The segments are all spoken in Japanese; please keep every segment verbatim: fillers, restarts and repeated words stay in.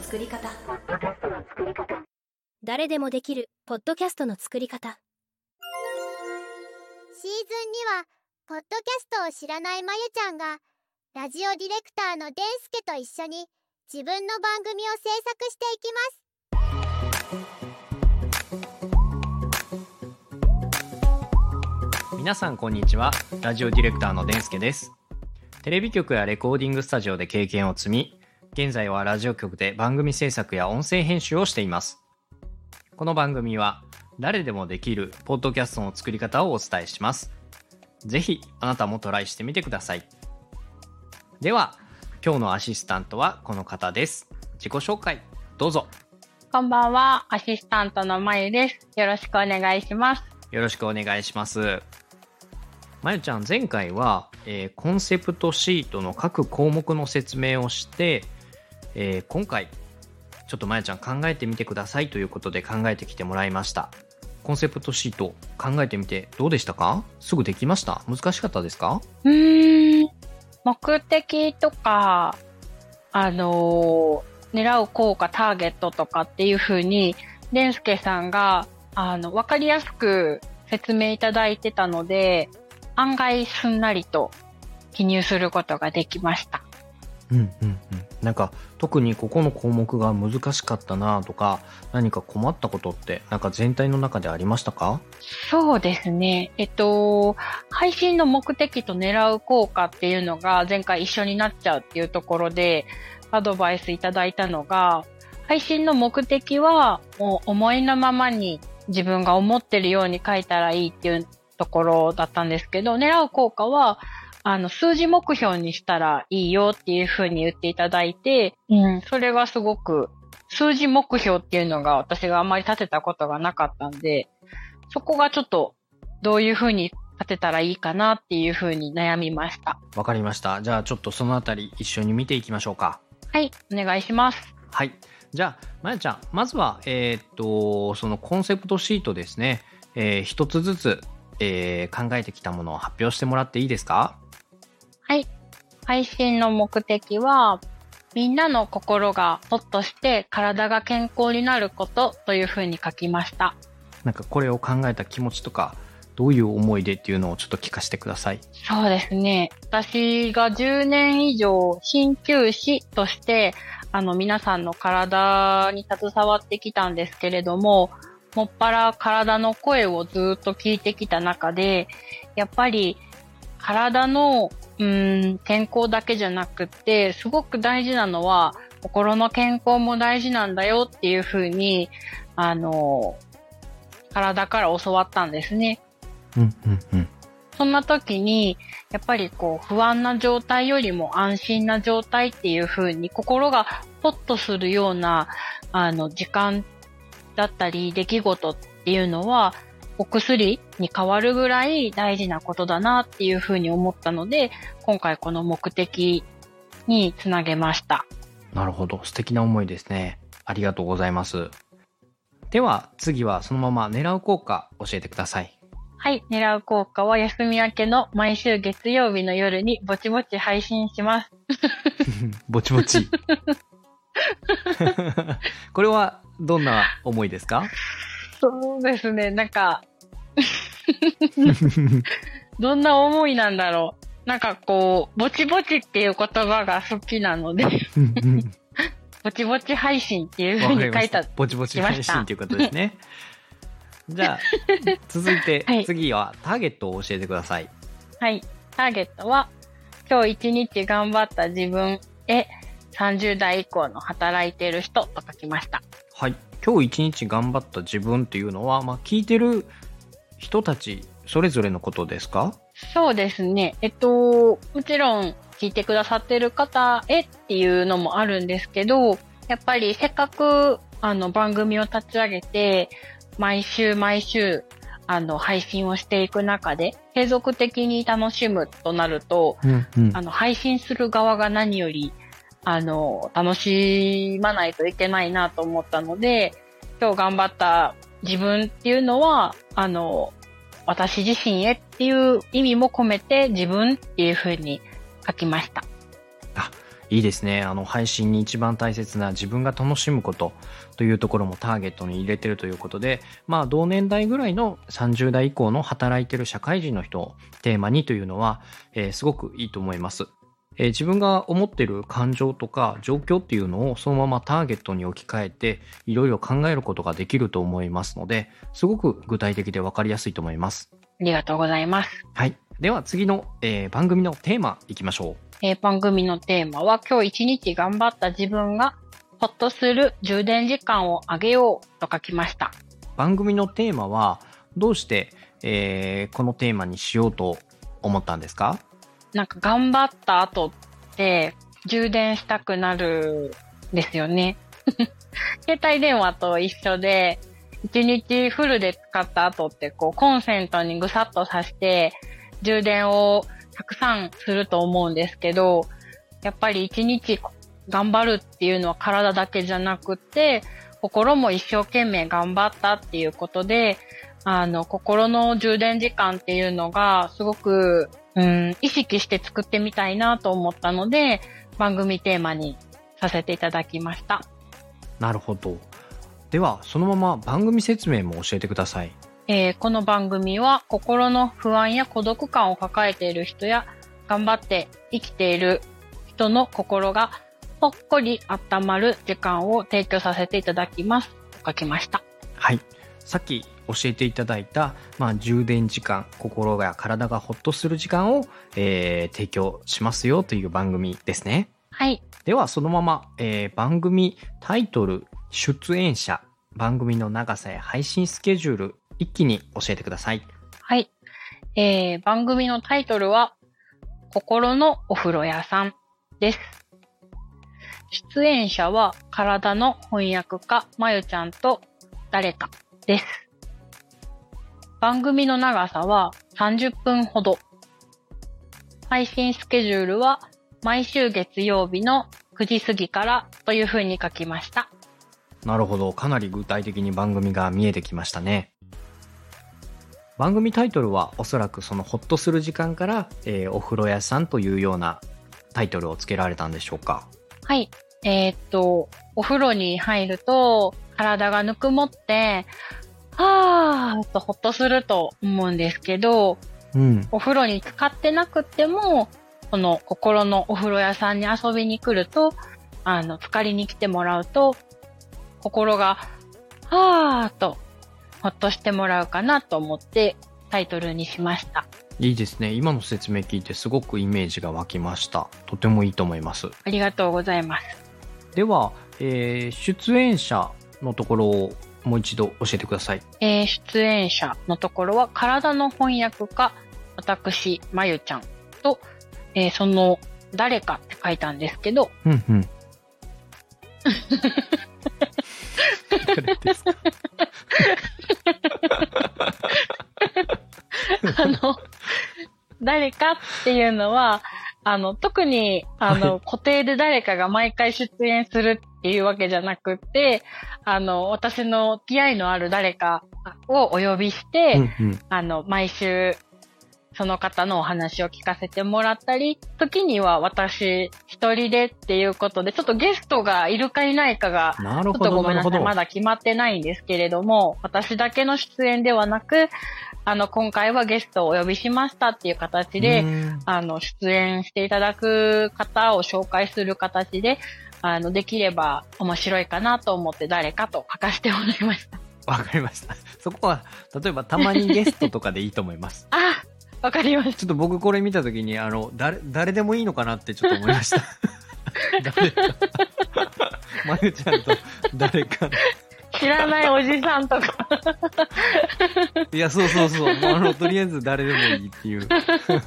作り方。誰でもできるポッドキャストの作り方。 シーズンにはポッドキャストを知らないまゆちゃんがラジオディレクターのでんすけと一緒に自分の番組を制作していきます。 皆さんこんにちは。ラジオディレクターのでんすけです。テレビ局やレコーディングスタジオで経験を積み、現在はラジオ局で番組制作や音声編集をしています。この番組は誰でもできるポッドキャストの作り方をお伝えします。ぜひあなたもトライしてみてください。では今日のアシスタントはこの方です。自己紹介どうぞ。 こんばんは、アシスタントのまゆです。よろしくお願いします。 よろしくお願いします。まゆちゃん、前回は、えー、コンセプトシートの各項目の説明をして、えー、今回ちょっとまゆちゃん考えてみてくださいということで考えてきてもらいました。コンセプトシート考えてみてどうでしたか？すぐできました？難しかったですか？ うーん目的とかあのー、狙う効果ターゲットとかっていう風にでんすけさんがあの分かりやすく説明いただいてたので、案外すんなりと記入することができました。 うんうんうん。なんか特にここの項目が難しかったなとか、何か困ったことってなんか全体の中でありましたか？ そうですね。えっと配信の目的と狙う効果っていうのが前回一緒になっちゃうっていうところでアドバイスいただいたのが、配信の目的はもう思いのままに自分が思ってるように書いたらいいっていうところだったんですけど、狙う効果はあの数字目標にしたらいいよっていう風に言っていただいて、うん、それがすごく数字目標っていうのが私があんまり立てたことがなかったんで、そこがちょっとどういう風に立てたらいいかなっていう風に悩みました。 わかりました。じゃあちょっとそのあたり一緒に見ていきましょうか。 はい、お願いします。 はい。じゃあまゆちゃん、まずはえー、っとそのコンセプトシートですね、えー、一つずつ、えー、考えてきたものを発表してもらっていいですか？ はい。配信の目的は、みんなの心がほっとして体が健康になることというふうに書きました。 なんかこれを考えた気持ちとか、どういう思い出っていうのをちょっと聞かせてください。 そうですね。私がじゅうねん以上鍼灸師としてあの皆さんの体に携わってきたんですけれども、もっぱら体の声をずっと聞いてきた中で、やっぱり体のうーん健康だけじゃなくってすごく大事なのは心の健康も大事なんだよっていうふうにあの体から教わったんですね。 うんうんうん。 そんな時にやっぱりこう不安な状態よりも安心な状態っていう風に心がホッとするようなあの時間だったり出来事っていうのはお薬に変わるぐらい大事なことだなっていう風に思ったので、今回この目的につなげました。 なるほど、素敵な思いですね。ありがとうございます。では次はそのまま狙う効果教えてください。 はい、狙う効果は休み明けの毎週月曜日の夜にぼちぼち配信します。 ぼちぼち。これはどんな思いですか？ そうですね、なんかどんな思いなんだろう。なんかこうぼちぼちっていう言葉が好きなのでぼちぼち配信っていう風に書いた。 ぼちぼち配信ということですね。じゃあ続いて、はい、次はターゲットを教えてください。 はい、ターゲットは今日一日頑張った自分へさんじゅう代以降の働いている人と書きました。 はい、今日一日頑張った自分っていうのは、まあ、聞いてる人たちそれぞれのことですか？ そうですね。えっともちろん聞いてくださってる方へっていうのもあるんですけど、やっぱりせっかくあの番組を立ち上げて毎週毎週あの配信をしていく中で継続的に楽しむとなると、うんうん、あの配信する側が何よりあの楽しまないといけないなと思ったので、今日頑張った自分っていうのはあの私自身へっていう意味も込めて自分っていう風に書きました。 あ、 いいですね。あの配信に一番大切な自分が楽しむことというところもターゲットに入れてるということで、まあ同年代ぐらいのさんじゅう代以降の働いてる社会人の人をテーマにというのは、えー、すごくいいと思います。えー、自分が思ってる感情とか状況っていうのをそのままターゲットに置き換えていろいろ考えることができると思いますので、すごく具体的で分かりやすいと思います。 ありがとうございます。 はい。では次の、えー、番組のテーマいきましょう。 えー、番組のテーマは、今日一日頑張った自分がほっとする充電時間をあげようと書きました。 番組のテーマはどうして、えー、このテーマにしようと思ったんですか？ なんか頑張った後って充電したくなるんですよね。携帯電話と一緒で、一日フルで使った後ってこうコンセントにぐさっと挿して充電をたくさんすると思うんですけど、やっぱり一日頑張るっていうのは体だけじゃなくて、心も一生懸命頑張ったっていうことで、あの、心の充電時間っていうのがすごく、うん、意識して作ってみたいなと思ったので、番組テーマにさせていただきました。 なるほど。では、そのまま番組説明も教えてください。 えー、この番組は心の不安や孤独感を抱えている人や頑張って生きている人の心がほっこり温まる時間を提供させていただきますと書きました。 はい。さっき教えていただいた、まあ、充電時間、心や体がほっとする時間を、えー、提供しますよという番組ですね。 はい。 ではそのまま、えー、番組タイトル、出演者、番組の長さや配信スケジュール、一気に教えてください。 はい。えー、番組のタイトルは、心のお風呂屋さんです。出演者は、体の翻訳家、まゆちゃんと誰かです。番組の長さはさんじゅっぷんほど。配信スケジュールは、毎週月曜日のくじ過ぎからというふうに書きました。 なるほど。かなり具体的に番組が見えてきましたね。番組タイトルはおそらくそのホッとする時間から、えー、お風呂屋さんというようなタイトルをつけられたんでしょうか？ はい。えー、っと、お風呂に入ると体がぬくもって、はーっとホッとすると思うんですけど、 うん、 お風呂に浸かってなくても、この心のお風呂屋さんに遊びに来ると、あの、浸かりに来てもらうと、心が、はーっとほっとしてもらうかなと思ってタイトルにしました。 いいですね。今の説明聞いてすごくイメージが湧きました。とてもいいと思います。 ありがとうございます。 では、えー、出演者のところをもう一度教えてください。 えー、出演者のところは体の翻訳家、私、まゆちゃんと、えー、その誰かって書いたんですけど、 うんうん。誰ですか？ あの、誰かっていうのは、あの、特に、あの、はい、固定で誰かが毎回出演するっていうわけじゃなくて、あの、私の付き合いのある誰かをお呼びして、うんうん、あの、毎週、その方のお話を聞かせてもらったり、時には私一人でっていうことで、ちょっとゲストがいるかいないかが、ちょっとごめんなさい、まだ決まってないんですけれども、私だけの出演ではなく、あの、今回はゲストをお呼びしましたっていう形で、あの、出演していただく方を紹介する形で、あの、できれば面白いかなと思って誰かと書かせてもらいました。 わかりました。そこは、例えばたまにゲストとかでいいと思います。 あわかりました。 ちょっと僕これ見たときに、あの、誰、誰でもいいのかなってちょっと思いました。誰か。まゆちゃんと誰か。 知らないおじさんとか。 いや、そうそうそう。あの、とりあえず誰でもいいっていう。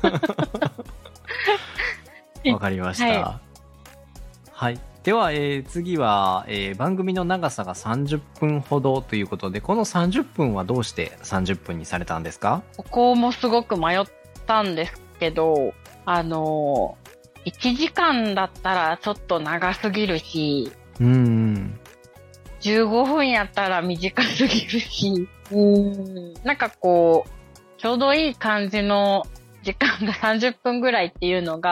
わかりました。はい。はい、では、えー、次は、えー、番組の長さがさんじゅっぷんほどということで、このさんじゅっぷんはどうしてさんじゅっぷんにされたんですか？ ここもすごく迷ったんですけど、あのー、いちじかんだったらちょっと長すぎるし、 うーん。 じゅうごふんやったら短すぎるし、うーん。なんかこう、ちょうどいい感じの時間がさんじゅっぷんぐらいっていうのが、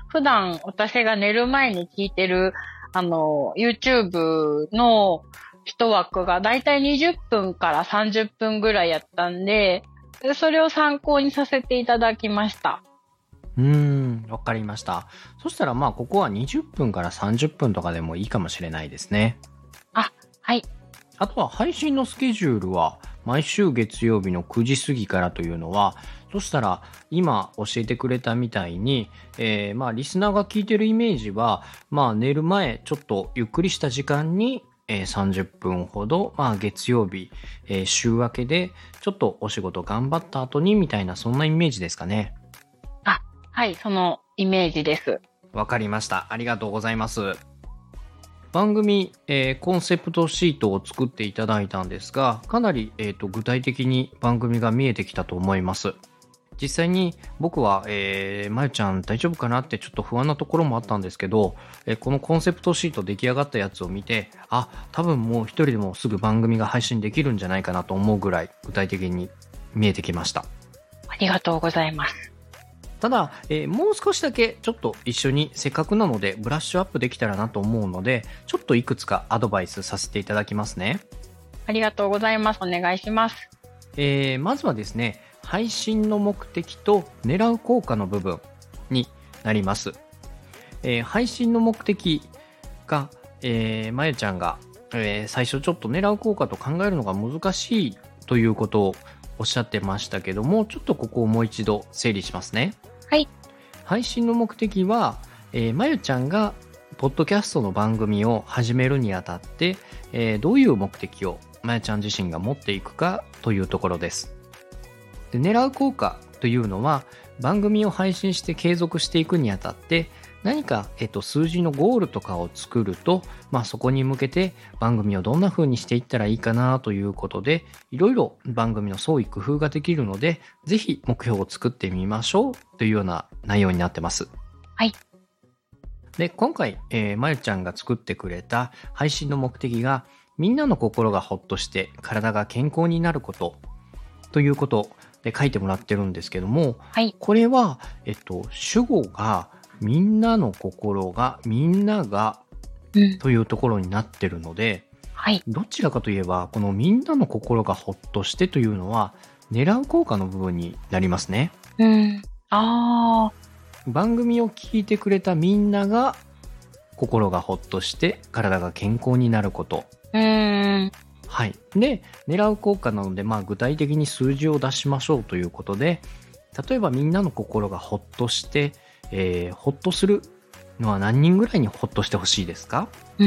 普段私が寝る前に聞いてる、あの、YouTube の一枠がだいたいにじゅっぷんからさんじゅっぷんぐらいやったんで、それを参考にさせていただきました。 うーん、わかりました。そしたらまあここはにじゅっぷんからさんじゅっぷんとかでもいいかもしれないですね。 あ、はい。 あとは配信のスケジュールは毎週月曜日のくじ過ぎからというのは、そしたら今教えてくれたみたいに、えー、まあリスナーが聞いてるイメージは、まあ寝る前ちょっとゆっくりした時間に、えー、さんじゅっぷんほど、まあ月曜日、えー、週明けでちょっとお仕事頑張った後にみたいな、そんなイメージですかね。 あ、はい、そのイメージです。 わかりました。ありがとうございます。番組、えー、コンセプトシートを作っていただいたんですが、かなり、えーと、具体的に番組が見えてきたと思います。実際に僕は、えー、まゆちゃん大丈夫かなってちょっと不安なところもあったんですけど、えー、このコンセプトシート出来上がったやつを見て、あ、多分もう一人でもすぐ番組が配信できるんじゃないかなと思うぐらい具体的に見えてきました。 ありがとうございます。 ただ、えー、もう少しだけちょっと一緒にせっかくなのでブラッシュアップできたらなと思うので、ちょっといくつかアドバイスさせていただきますね。 ありがとうございます。お願いします。 えー、まずはですね、配信の目的と狙う効果の部分になります。えー、配信の目的が、えー、まゆちゃんが、えー、最初ちょっと狙う効果と考えるのが難しいということをおっしゃってましたけども、ちょっとここをもう一度整理しますね。 はい。 配信の目的は、えー、まゆちゃんがポッドキャストの番組を始めるにあたって、えー、どういう目的をまゆちゃん自身が持っていくかというところです。で、狙う効果というのは、番組を配信して継続していくにあたって何か、えっと、数字のゴールとかを作ると、まあ、そこに向けて番組をどんな風にしていったらいいかなということで、いろいろ番組の創意工夫ができるので、ぜひ目標を作ってみましょうというような内容になってます。 はい。 で、今回、えー、まゆちゃんが作ってくれた配信の目的が、みんなの心がほっとして体が健康になることということで書いてもらってるんですけども、 はい。 これは、えっと、主語がみんなの心がみんなが、うん、というところになってるので、 はい。 どちらかといえばこのみんなの心がほっとしてというのは狙う効果の部分になりますね。 うん。ああ。 番組を聞いてくれたみんなが心がほっとして体が健康になること。 うーん。 はい。で、狙う効果なので、まあ具体的に数字を出しましょうということで、例えばみんなの心がほっとして、えー、ほっとするのは何人ぐらいにほっとしてほしいですか？ うん。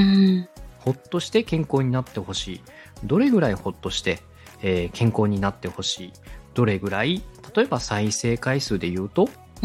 ほっとして健康になってほしい。どれぐらいほっとして、えー、健康になってほしい。どれぐらい、例えば再生回数で言うと、 うん、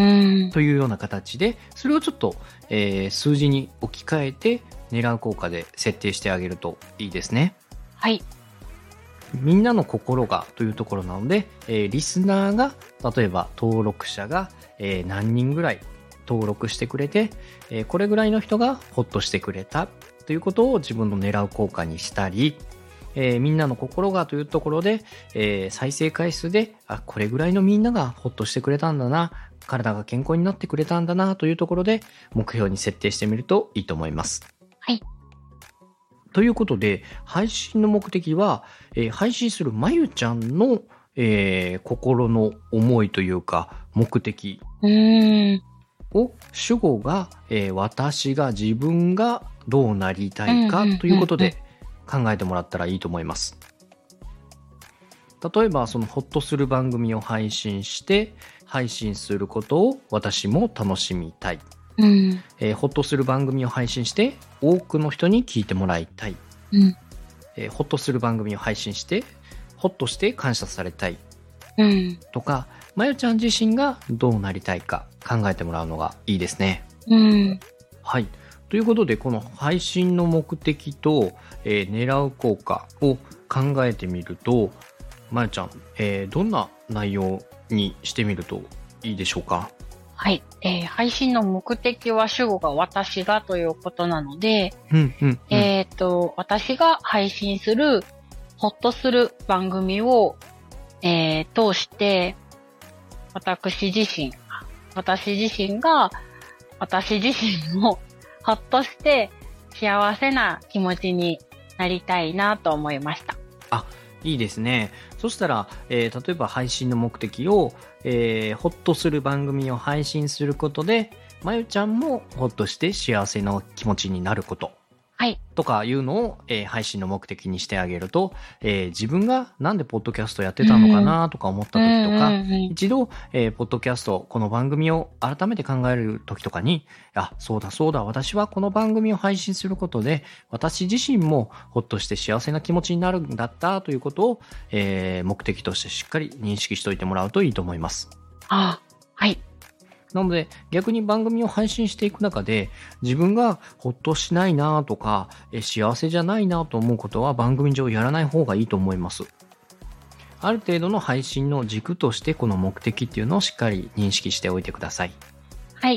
というような形で、それをちょっと、えー、数字に置き換えて狙う効果で設定してあげるといいですね。 はい。 みんなの心がというところなので、えー、リスナーが、例えば登録者が、えー、何人ぐらい登録してくれて、えー、これぐらいの人がほっとしてくれたということを自分の狙う効果にしたり、えー、みんなの心がというところで、えー、再生回数で、あ、これぐらいのみんながほっとしてくれたんだな、体が健康になってくれたんだなというところで目標に設定してみるといいと思います。 はい。 ということで、配信の目的は、えー、配信するまゆちゃんの、えー、心の思いというか目的を主語が、えー、私が自分がどうなりたいかということで考えてもらったらいいと思います。例えばそのホッとする番組を配信して配信することを私も楽しみたい、 うんえー、ホッとする番組を配信して多くの人に聞いてもらいたい、 うんえー、ホッとする番組を配信してホッとして感謝されたい、 うん、 とかまゆちゃん自身がどうなりたいか考えてもらうのがいいですね。 うん、 はい。ということでこの配信の目的と、えー、狙う効果を考えてみるとまゆちゃん、えー、どんな内容にしてみるといいでしょうか？ はい、えー、配信の目的は主語が私がということなので、 うんうんうん、 えっと、私が配信するホッとする番組を、えー、通して私自身、私自身が、 私自身もほっとして幸せな気持ちになりたいなと思いました。 あ、いいですね。そしたら、えー、例えば配信の目的を、えー、ほっとする番組を配信することで、まゆちゃんもほっとして幸せな気持ちになること。 はい。 とかいうのを、えー、配信の目的にしてあげると、えー、自分がなんでポッドキャストやってたのかなとか思った時とか、 うんうんうんうん、 一度、えー、ポッドキャスト、この番組を改めて考える時とかに、あ、そうだそうだ、私はこの番組を配信することで、私自身もほっとして幸せな気持ちになるんだったということを、えー、目的としてしっかり認識しておいてもらうといいと思います。 あ、はい。 なので逆に番組を配信していく中で自分がほっとしないなとかえ幸せじゃないなと思うことは番組上やらない方がいいと思います。ある程度の配信の軸としてこの目的っていうのをしっかり認識しておいてください。 はい。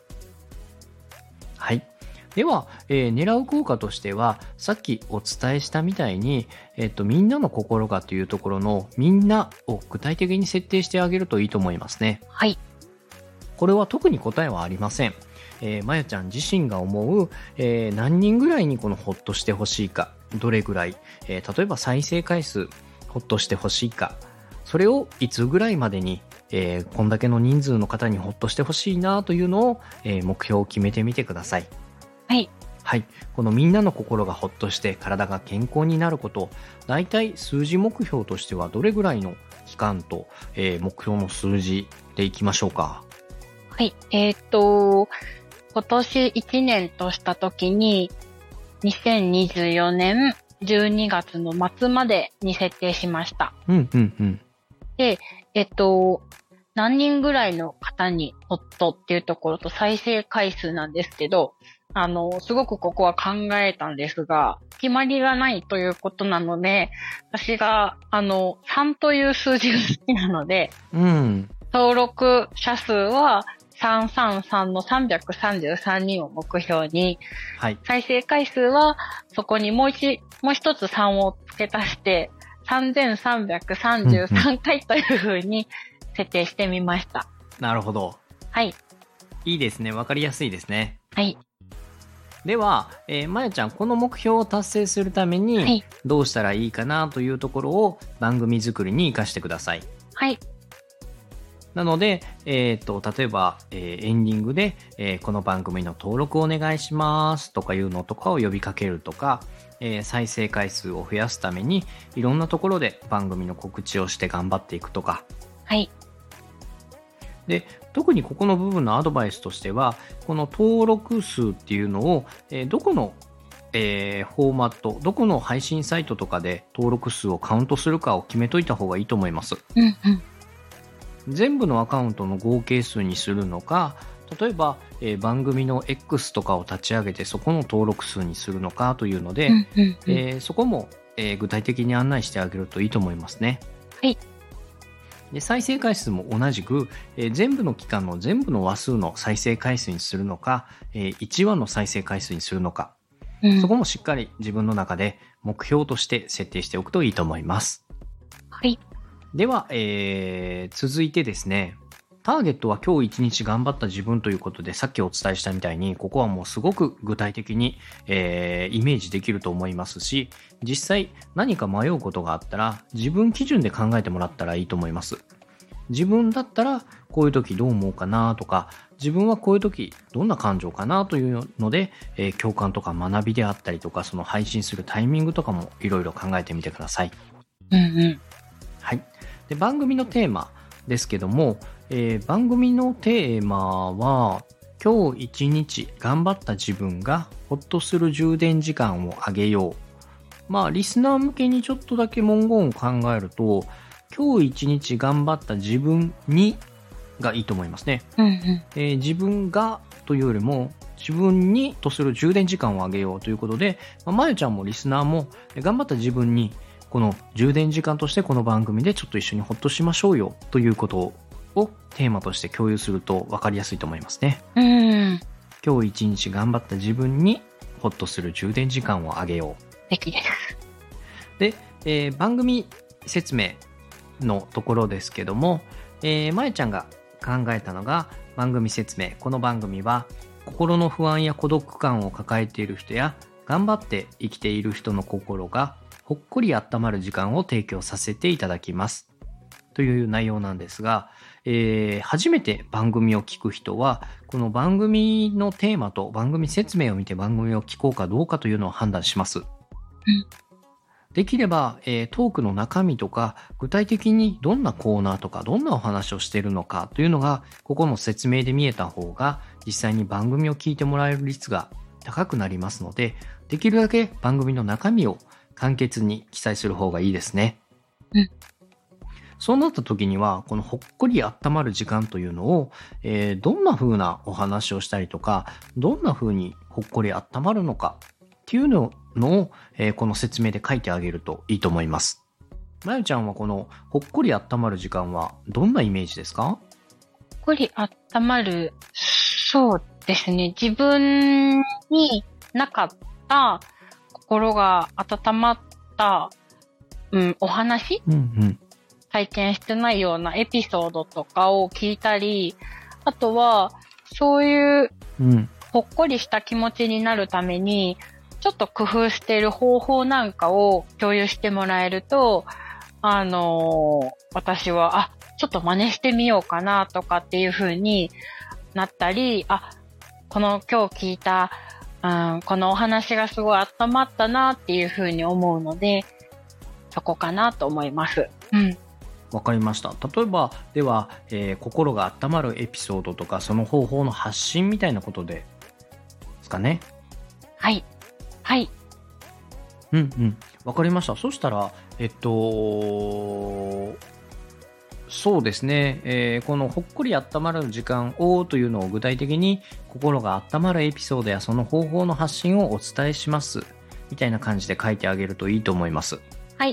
はい。では、えー、狙う効果としてはさっきお伝えしたみたいに、えっと、みんなの心がというところのみんなを具体的に設定してあげるといいと思いますね。 はい。 これは特に答えはありません。えー、まゆちゃん自身が思う、えー、何人ぐらいにこのほっとしてほしいか、どれぐらい、えー、例えば再生回数、ほっとしてほしいか、それをいつぐらいまでに、えー、こんだけの人数の方にほっとしてほしいなというのを、えー、目標を決めてみてください。 はい。 はい。このみんなの心がほっとして体が健康になること、だいたい数字目標としてはどれぐらいの期間と、えー、目標の数字でいきましょうか。 はい。えっと、今年いちねんとしたときに、にせんにじゅうよねんじゅうにがつの末までに設定しました。 うんうんうん。 で、えっと、何人ぐらいの方にほっとっていうところと再生回数なんですけど、あの、すごくここは考えたんですが、決まりがないということなので、私が、あの、さんという数字が好きなので、 うん。 登録者数はさんさんさんのさんびゃくさんじゅうさんにんを目標に、 はい。 再生回数はそこにもう一、もう一つさんを付け足して、さんぜんさんびゃくさんじゅうさんかいというふうに設定してみました。 なるほど。 はい。 いいですね。わかりやすいですね。 はい。 では、えー、まやちゃん、この目標を達成するために、はい、どうしたらいいかなというところを番組作りに活かしてください。 はい。 なので、えー、と例えば、えー、エンディングで、えー、この番組の登録お願いしますとかいうのとかを呼びかけるとか、えー、再生回数を増やすためにいろんなところで番組の告知をして頑張っていくとか。 はい。 で、特にここの部分のアドバイスとしては、この登録数っていうのを、えー、どこの、えー、フォーマット、どこの配信サイトとかで登録数をカウントするかを決めといた方がいいと思います。 うんうん。 全部のアカウントの合計数にするのか、例えば、えー、番組の X とかを立ち上げてそこの登録数にするのかというので、 うんうんうん、 えー、そこも、えー、具体的に案内してあげるといいと思いますね。 はい。 で、再生回数も同じく、えー、全部の期間の全部の話数の再生回数にするのか、えー、いちわの再生回数にするのか、うん、そこもしっかり自分の中で目標として設定しておくといいと思います。 はい。 では、えー、続いてですね、ターゲットは今日一日頑張った自分ということで、さっきお伝えしたみたいに、ここはもうすごく具体的に、えー、イメージできると思いますし、実際何か迷うことがあったら、自分基準で考えてもらったらいいと思います。自分だったら、こういう時どう思うかなとか、自分はこういう時どんな感情かなというので、えー、共感とか学びであったりとか、その配信するタイミングとかもいろいろ考えてみてください。 うんうん。 はい。で、番組のテーマですけども、えー、番組のテーマは今日一日頑張った自分がほっとする充電時間を上げよう。まあリスナー向けにちょっとだけ文言を考えると、今日一日頑張った自分にがいいと思いますね。 うんうん、 えー、自分がというよりも自分にとする充電時間を上げようということで、まあ、まゆちゃんもリスナーも頑張った自分にこの充電時間としてこの番組でちょっと一緒にほっとしましょうよということをテーマとして共有すると分かりやすいと思いますね。 うん。 今日一日頑張った自分にほっとする充電時間を上げよう。 素敵です。 で、えー、番組説明のところですけども、えー、まゆちゃんが考えたのが番組説明。この番組は心の不安や孤独感を抱えている人や頑張って生きている人の心がほっこり温まる時間を提供させていただきますという内容なんですが、えー、初めて番組を聞く人はこの番組のテーマと番組説明を見て番組を聞こうかどうかというのを判断します。うんできれば、えー、トークの中身とか具体的にどんなコーナーとかどんなお話をしているのかというのがここの説明で見えた方が実際に番組を聞いてもらえる率が高くなりますので、できるだけ番組の中身を簡潔に記載する方がいいですね。 うん、 そうなった時にはこのほっこり温まる時間というのを、えー、どんな風なお話をしたりとかどんな風にほっこり温まるのかっていうのを、えー、この説明で書いてあげるといいと思います。まゆちゃんはこのほっこり温まる時間はどんなイメージですか？ ほっこり温まる、そうですね。自分になかった心が温まった、うん、お話、 うんうん、 体験してないようなエピソードとかを聞いたり、あとはそういうほっこりした気持ちになるために、ちょっと工夫している方法なんかを共有してもらえると、あのー、私は、あ、ちょっと真似してみようかなとかっていう風になったり、あ、この今日聞いた、うん、このお話がすごい温まったなっていう風に思うので、そこかなと思います。うん。 わかりました。例えば、では、えー、心が温まるエピソードとか、その方法の発信みたいなことで、ですかね。 はい。はい。 うんうん。わかりました。そしたら、えっと、そうですね、えー、このほっこり温まる時間をというのを具体的に心が温まるエピソードやその方法の発信をお伝えしますみたいな感じで書いてあげるといいと思います。 はい。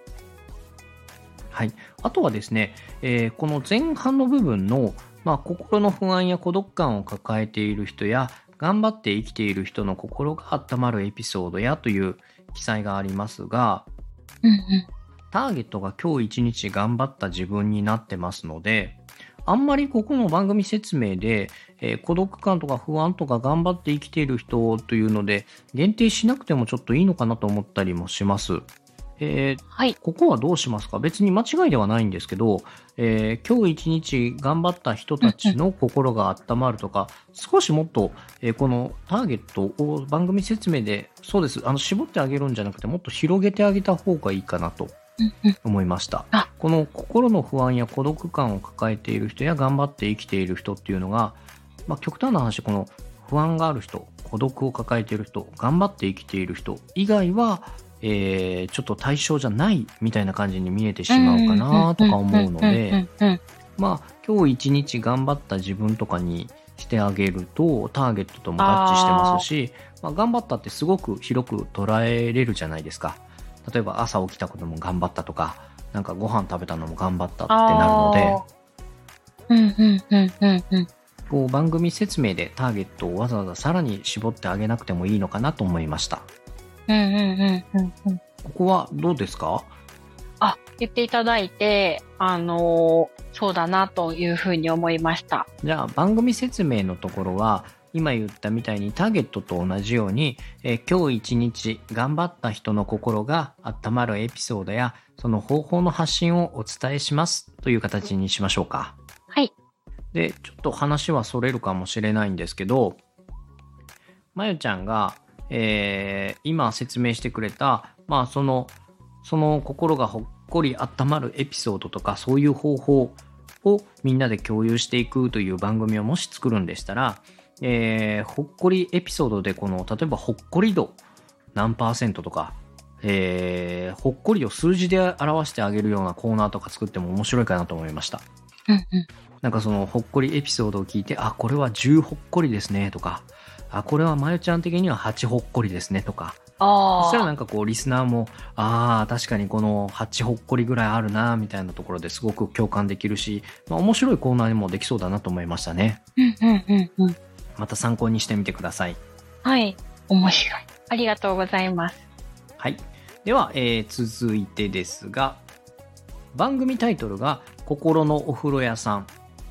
はい。あとはですね、えー、この前半の部分の、まあ、心の不安や孤独感を抱えている人や頑張って生きている人の心が温まるエピソードやという記載がありますが、 うんうん、 ターゲットが今日一日頑張った自分になってますので、あんまりここの番組説明で、えー、孤独感とか不安とか頑張って生きている人というので限定しなくてもちょっといいのかなと思ったりもします。えーはい、 ここはどうしますか？別に間違いではないんですけど、えー、今日一日頑張った人たちの心が温まるとか、少しもっと、えー、このターゲットを番組説明でそうですあの絞ってあげるんじゃなくてもっと広げてあげた方がいいかなと思いました。この心の不安や孤独感を抱えている人や頑張って生きている人っていうのが、まあ、極端な話、この不安がある人、孤独を抱えている人、頑張って生きている人以外はえー、ちょっと対象じゃないみたいな感じに見えてしまうかなとか思うので、まあ今日一日頑張った自分とかにしてあげるとターゲットとも合致してますし、まあ、頑張ったってすごく広く捉えれるじゃないですか。例えば朝起きたことも頑張ったとか、なんかご飯食べたのも頑張ったってなるので、こう番組説明でターゲットをわざわざさらに絞ってあげなくてもいいのかなと思いました。 うんうんうんうんうん。 ここはどうですか？ あ、言っていただいて、あのー、そうだなというふうに思いました。 じゃあ番組説明のところは今言ったみたいにターゲットと同じように、えー、今日一日頑張った人の心が温まるエピソードやその方法の発信をお伝えしますという形にしましょうか。 はい。 で、ちょっと話はそれるかもしれないんですけど、まゆちゃんがえー、今説明してくれた、まあ、そのその心がほっこり温まるエピソードとかそういう方法をみんなで共有していくという番組をもし作るんでしたら、えー、ほっこりエピソードでこの例えばほっこり度何パーセントとか、えー、ほっこりを数字で表してあげるようなコーナーとか作っても面白いかなと思いました。 うんうん、 なんかそのほっこりエピソードを聞いて、あ、これはじゅうほっこりですねとか、あ、これはまゆちゃん的にははちほっこりですねとか、 あそしたらなんかこうリスナーも、ああ確かにこのはちほっこりぐらいあるなみたいなところですごく共感できるし、まあ、面白いコーナーにもできそうだなと思いましたね。 うんうんうんうん。 また参考にしてみてください。 はい、面白い。ありがとうございます。 はい。では、えー、続いてですが、番組タイトルが心のお風呂屋さん。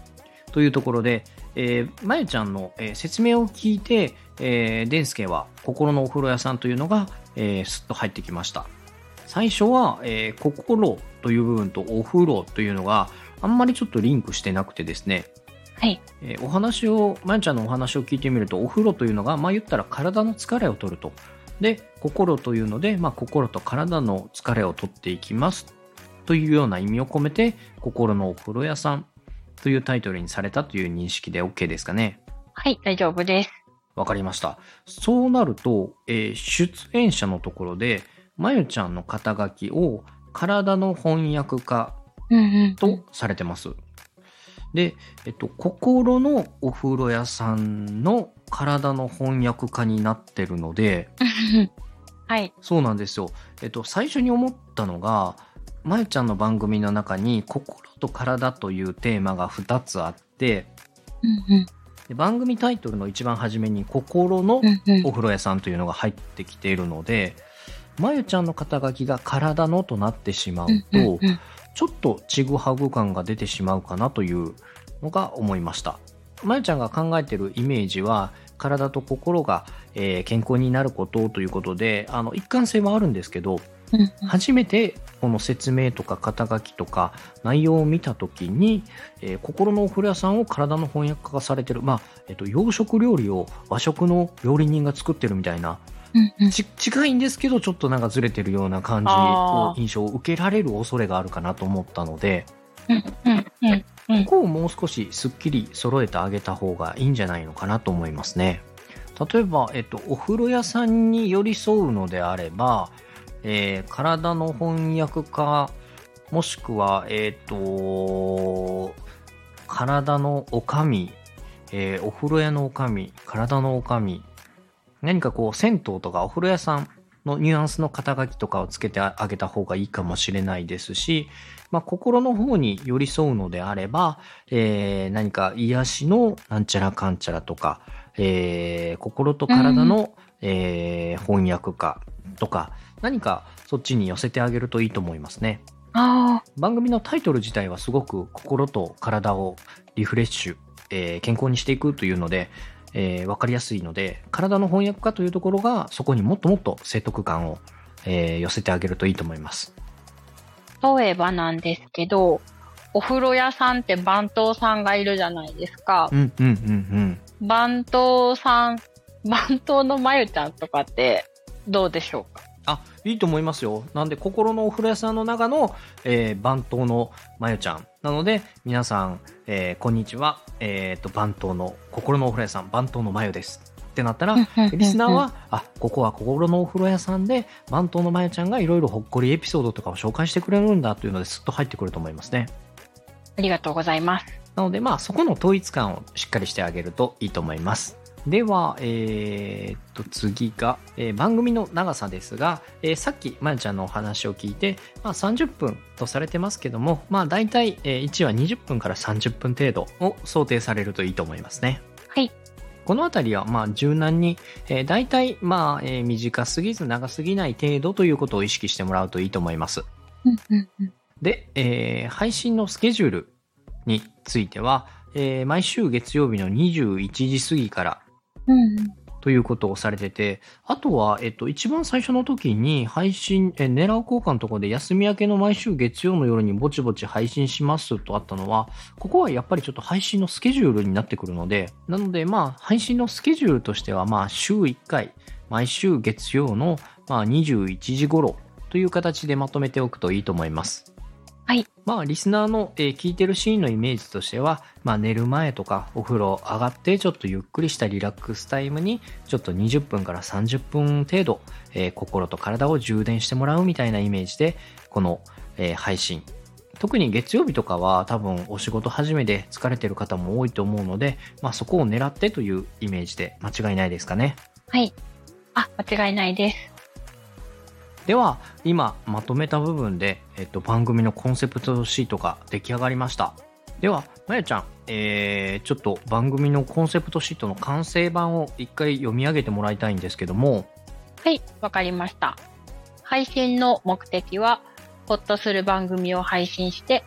というところで、えー、まゆちゃんの、えー、説明を聞いて、えー、でんすけは心のお風呂屋さんというのが、えー、すっと入ってきました。最初は、えー、心という部分とお風呂というのがあんまりちょっとリンクしてなくてですね、 はい。 えー、お話を、まゆちゃんのお話を聞いてみると、お風呂というのが、まあ言ったら体の疲れを取ると。で、心というので、まあ心と体の疲れを取っていきますというような意味を込めて、心のお風呂屋さんというタイトルにされたという認識で OK ですかね。 はい、大丈夫です。 わかりました。そうなると、えー、出演者のところで、まゆちゃんの肩書きを体の翻訳家とされてます。うんうんうん、で、えっと、心のお風呂屋さんの体の翻訳家になってるので、 はい。 そうなんですよ。えっと、最初に思ったのが、まゆちゃんの番組の中に心と体というテーマがふたつあって、 うんうん、 で番組タイトルの一番初めに心のお風呂屋さんというのが入ってきているので、まゆちゃんの肩書きが体のとなってしまうと、うんうんうん、ちょっとちぐはぐ感が出てしまうかなというのが思いました。まゆちゃんが考えているイメージは体と心が、えー、健康になることということで、あの一貫性はあるんですけど、うんうん、初めてこの説明とか肩書きとか内容を見たときに、えー、心のお風呂屋さんを体の翻訳家がされてる、まあ、えっと、洋食料理を和食の料理人が作ってるみたいな、うんうん、ち近いんですけどちょっとなんかずれてるような感じを印象を受けられる恐れがあるかなと思ったので、うんうんうんうん、ここをもう少しすっきり揃えてあげた方がいいんじゃないのかなと思いますね。例えば、えっと、お風呂屋さんに寄り添うのであれば、えー、体の翻訳家もしくは、えっと、体のおかみ、えー、お風呂屋のおかみ、体のおかみ、何かこう銭湯とかお風呂屋さんのニュアンスの肩書きとかをつけてあげた方がいいかもしれないですし、まあ、心の方に寄り添うのであれば、えー、何か癒しのなんちゃらかんちゃらとか、えー、心と体の、うんえー、翻訳家とか何かそっちに寄せてあげるといいと思いますね。 あ番組のタイトル自体はすごく心と体をリフレッシュ、えー、健康にしていくというので、えー、分かりやすいので、体の翻訳家というところがそこにもっともっと説得感を、えー、寄せてあげるといいと思います。 例えばなんですけど、お風呂屋さんって番頭さんがいるじゃないですか。 うんうんうんうん。 番頭さん、番頭のまゆちゃんとかってどうでしょうか？ あ、いいと思いますよ。なんで心のお風呂屋さんの中の、えー、番頭のまゆちゃんなので、皆さん、えー、こんにちは、えー、と番頭の心のお風呂屋さん番頭のまゆですってなったら、リスナーはあここは心のお風呂屋さんで番頭のまゆちゃんがいろいろほっこりエピソードとかを紹介してくれるんだというのですっと入ってくると思いますね。 ありがとうございます。 なのでまあそこの統一感をしっかりしてあげるといいと思います。では、えー、っと次が、えー、番組の長さですが、えー、さっきまゆちゃんのお話を聞いて、まあ、さんじゅっぷんとされてますけども、まあ大体、えー、いちわにじゅっぷんからさんじゅっぷん程度を想定されるといいと思いますね。 はい。 このあたりはまあ柔軟に、えー、大体まあ、えー、短すぎず長すぎない程度ということを意識してもらうといいと思います。 うんうんうん、 で、えー、配信のスケジュールについては、えー、毎週月曜日のにじゅういちじ過ぎからうん、 ということをされてて、あとは、えっと、一番最初の時に配信、え、狙う効果のところで休み明けの毎週月曜の夜にぼちぼち配信しますとあったのは、ここはやっぱりちょっと配信のスケジュールになってくるので、なのでまあ配信のスケジュールとしてはまあ週いっかい、毎週月曜のまあにじゅういちじ頃という形でまとめておくといいと思います。 はい。 まあ、リスナーの、えー、聞いてるシーンのイメージとしては、まあ、寝る前とかお風呂上がってちょっとゆっくりしたリラックスタイムにちょっとにじゅっぷんからさんじゅっぷん程度、えー、心と体を充電してもらうみたいなイメージでこの、えー、配信、特に月曜日とかは多分お仕事始めで疲れてる方も多いと思うので、まあ、そこを狙ってというイメージで間違いないですかね。 はい。あ、間違いないです。 では今まとめた部分で、えっと、番組のコンセプトシートが出来上がりました。ではまゆちゃん、えー、ちょっと番組のコンセプトシートの完成版を一回読み上げてもらいたいんですけども。 はい、わかりました。配信の目的はホッとする番組を配信して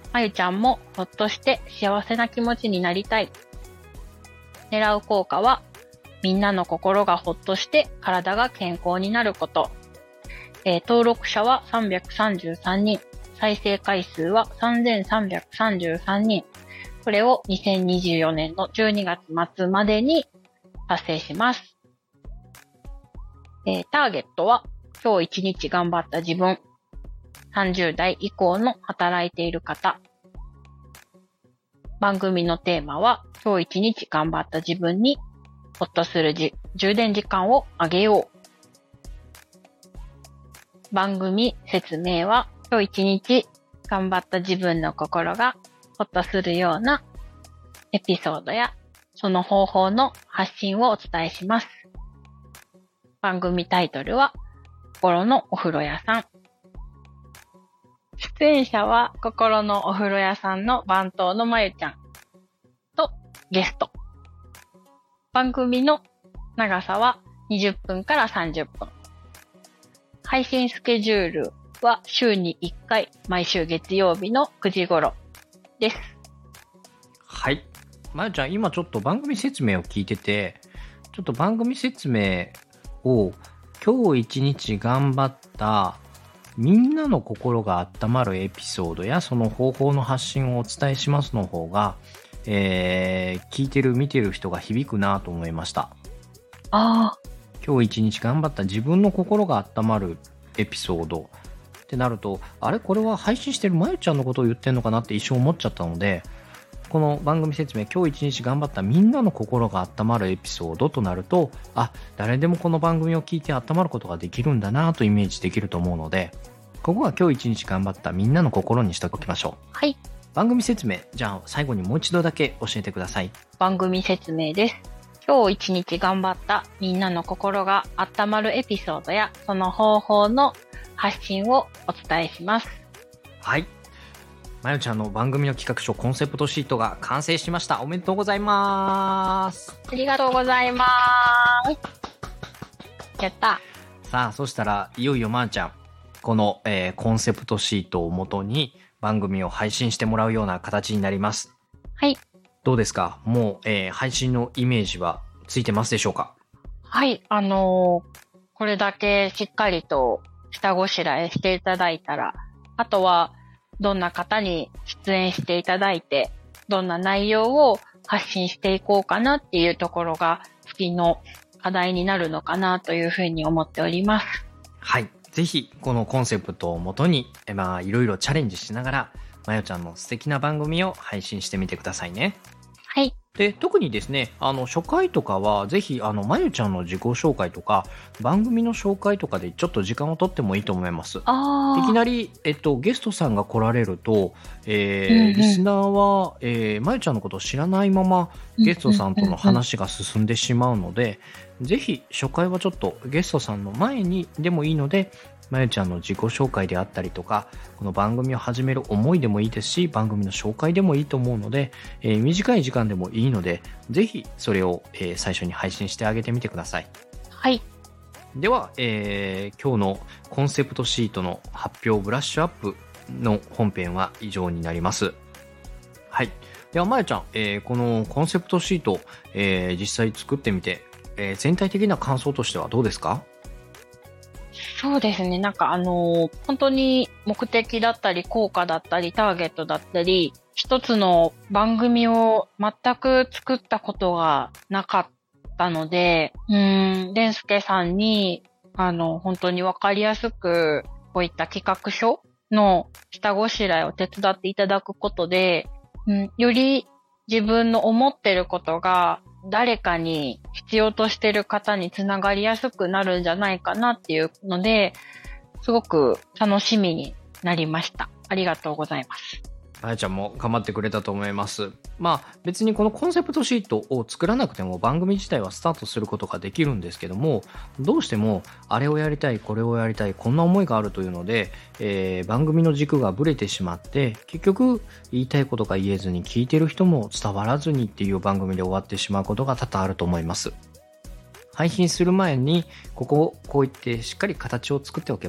まゆちゃんもほっとして幸せな気持ちになりたい。狙う効果は、みんなの心がほっとして体が健康になること。えー、登録者はさんびゃくさんじゅうさんにん、再生回数はさんぜんさんびゃくさんじゅうさんにん。これをにせんにじゅうよねんのじゅうにがつ末までに達成します。えー、ターゲットは今日一日頑張った自分。さんじゅうだい以降の働いている方。番組のテーマは今日一日頑張った自分にほっとするじ充電時間をあげよう。番組説明は今日一日頑張った自分の心がほっとするようなエピソードやその方法の発信をお伝えします。番組タイトルは心のお風呂屋さん。出演者は心のお風呂屋さんの番頭のまゆちゃんとゲスト。番組の長さはにじゅっぷんからさんじゅっぷん。配信スケジュールは週にいっかい、毎週月曜日のくじ頃です。 はい。まゆちゃん、今ちょっと番組説明を聞いてて、ちょっと番組説明を今日一日頑張ったみんなの心が温まるエピソードやその方法の発信をお伝えしますの方が、えー、聞いてる見てる人が響くなと思いました。 ああ。 今日一日頑張った自分の心が温まるエピソードってなると、あれこれは配信してるまゆちゃんのことを言ってんのかなって一瞬思っちゃったので、この番組説明今日一日頑張ったみんなの心が温まるエピソードとなると、あ、誰でもこの番組を聞いて温まることができるんだなとイメージできると思うので、ここは今日一日頑張ったみんなの心にしておきましょう。 はい。 番組説明、じゃあ最後にもう一度だけ教えてください。 番組説明です。今日一日頑張ったみんなの心が温まるエピソードやその方法の発信をお伝えします。 はい。まゆちゃんの番組の企画書コンセプトシートが完成しました。おめでとうございます。 ありがとうございます。やった。 さあ、そしたらいよいよまゆちゃん、この、えー、コンセプトシートをもとに番組を配信してもらうような形になります。 はい。 どうですか？もう、えー、配信のイメージはついてますでしょうか？ はい。あのー、これだけしっかりと下ごしらえしていただいたら、あとはどんな方に出演していただいて、どんな内容を発信していこうかなっていうところが次の課題になるのかなというふうに思っております。 はい。ぜひこのコンセプトをもとに、まあいろいろチャレンジしながら、まゆちゃんの素敵な番組を配信してみてくださいね。 はい。 で、特にですね、あの初回とかはぜひあのまゆちゃんの自己紹介とか番組の紹介とかでちょっと時間を取ってもいいと思います。 あいきなり、えっと、ゲストさんが来られると、えーうんうん、 リスナーは、えー、まゆちゃんのことを知らないままゲストさんとの話が進んでしまうので、ぜひ初回はちょっとゲストさんの前にでもいいので、まゆちゃんの自己紹介であったりとか、この番組を始める思いでもいいですし、番組の紹介でもいいと思うので、えー、短い時間でもいいので、ぜひそれを、えー、最初に配信してあげてみてください。 はい。 では、えー、今日のコンセプトシートの発表ブラッシュアップの本編は以上になります。はい。では、まゆちゃん、えー、このコンセプトシート、えー、実際作ってみて、えー、全体的な感想としてはどうですか？ そうですね。なんかあのー、本当に目的だったり、効果だったり、ターゲットだったり、一つの番組を全く作ったことがなかったので、うーん、でんすけさんに、あの、本当にわかりやすく、こういった企画書の下ごしらえを手伝っていただくことで、うん、より自分の思ってることが誰かに必要としてる方につながりやすくなるんじゃないかなっていうので、すごく楽しみになりました。ありがとうございます。 まゆちゃんも頑張ってくれたと思います。まあ別にこのコンセプトシートを作らなくても番組自体はスタートすることができるんですけども、どうしてもあれをやりたい、これをやりたい、こんな思いがあるというので、えー、番組の軸がぶれてしまって、結局言いたいことが言えずに聞いてる人も伝わらずにっていう番組で終わってしまうことが多々あると思います。配信する前にここをこう言ってしっかり形を作っておけば、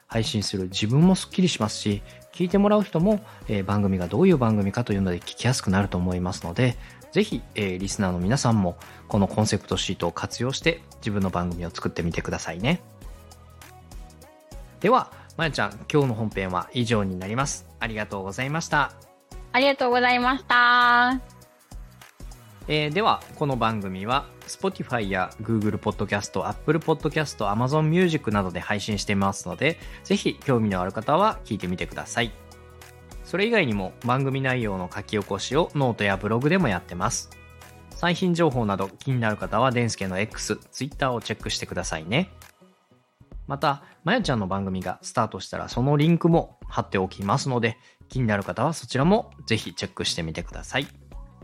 配信する自分もスッキリしますし、聞いてもらう人も、えー番組がどういう番組かというので聞きやすくなると思いますので、ぜひ、えーリスナーの皆さんもこのコンセプトシートを活用して自分の番組を作ってみてくださいね。では、まやちゃん、今日の本編は以上になります。ありがとうございました。 ありがとうございました。 えーでは、この番組は Spotify や Google Podcast、Apple Podcast、Amazon Music などで配信していますので、ぜひ興味のある方は聞いてみてください。それ以外にも番組内容の書き起こしをノートやブログでもやってます。最新情報など気になる方はデンスケの X、Twitter をチェックしてくださいね。また、まやちゃんの番組がスタートしたらそのリンクも貼っておきますので、気になる方はそちらもぜひチェックしてみてください。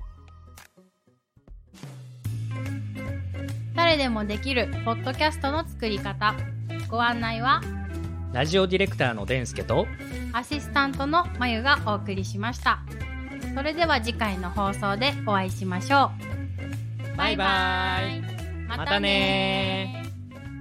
誰でもできるポッドキャストの作り方、ご案内はラジオディレクターのデンスケとアシスタントのまゆがお送りしました。それでは次回の放送でお会いしましょう。バイバイ。 またねー。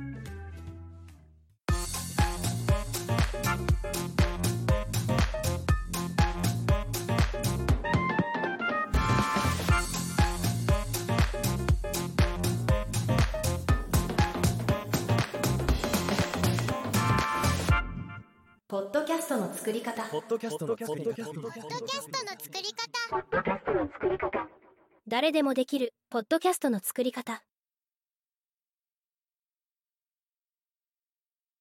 ポッドキャストの作り方。 ポッドキャストの作り方。 誰でもできるポッドキャストの作り方。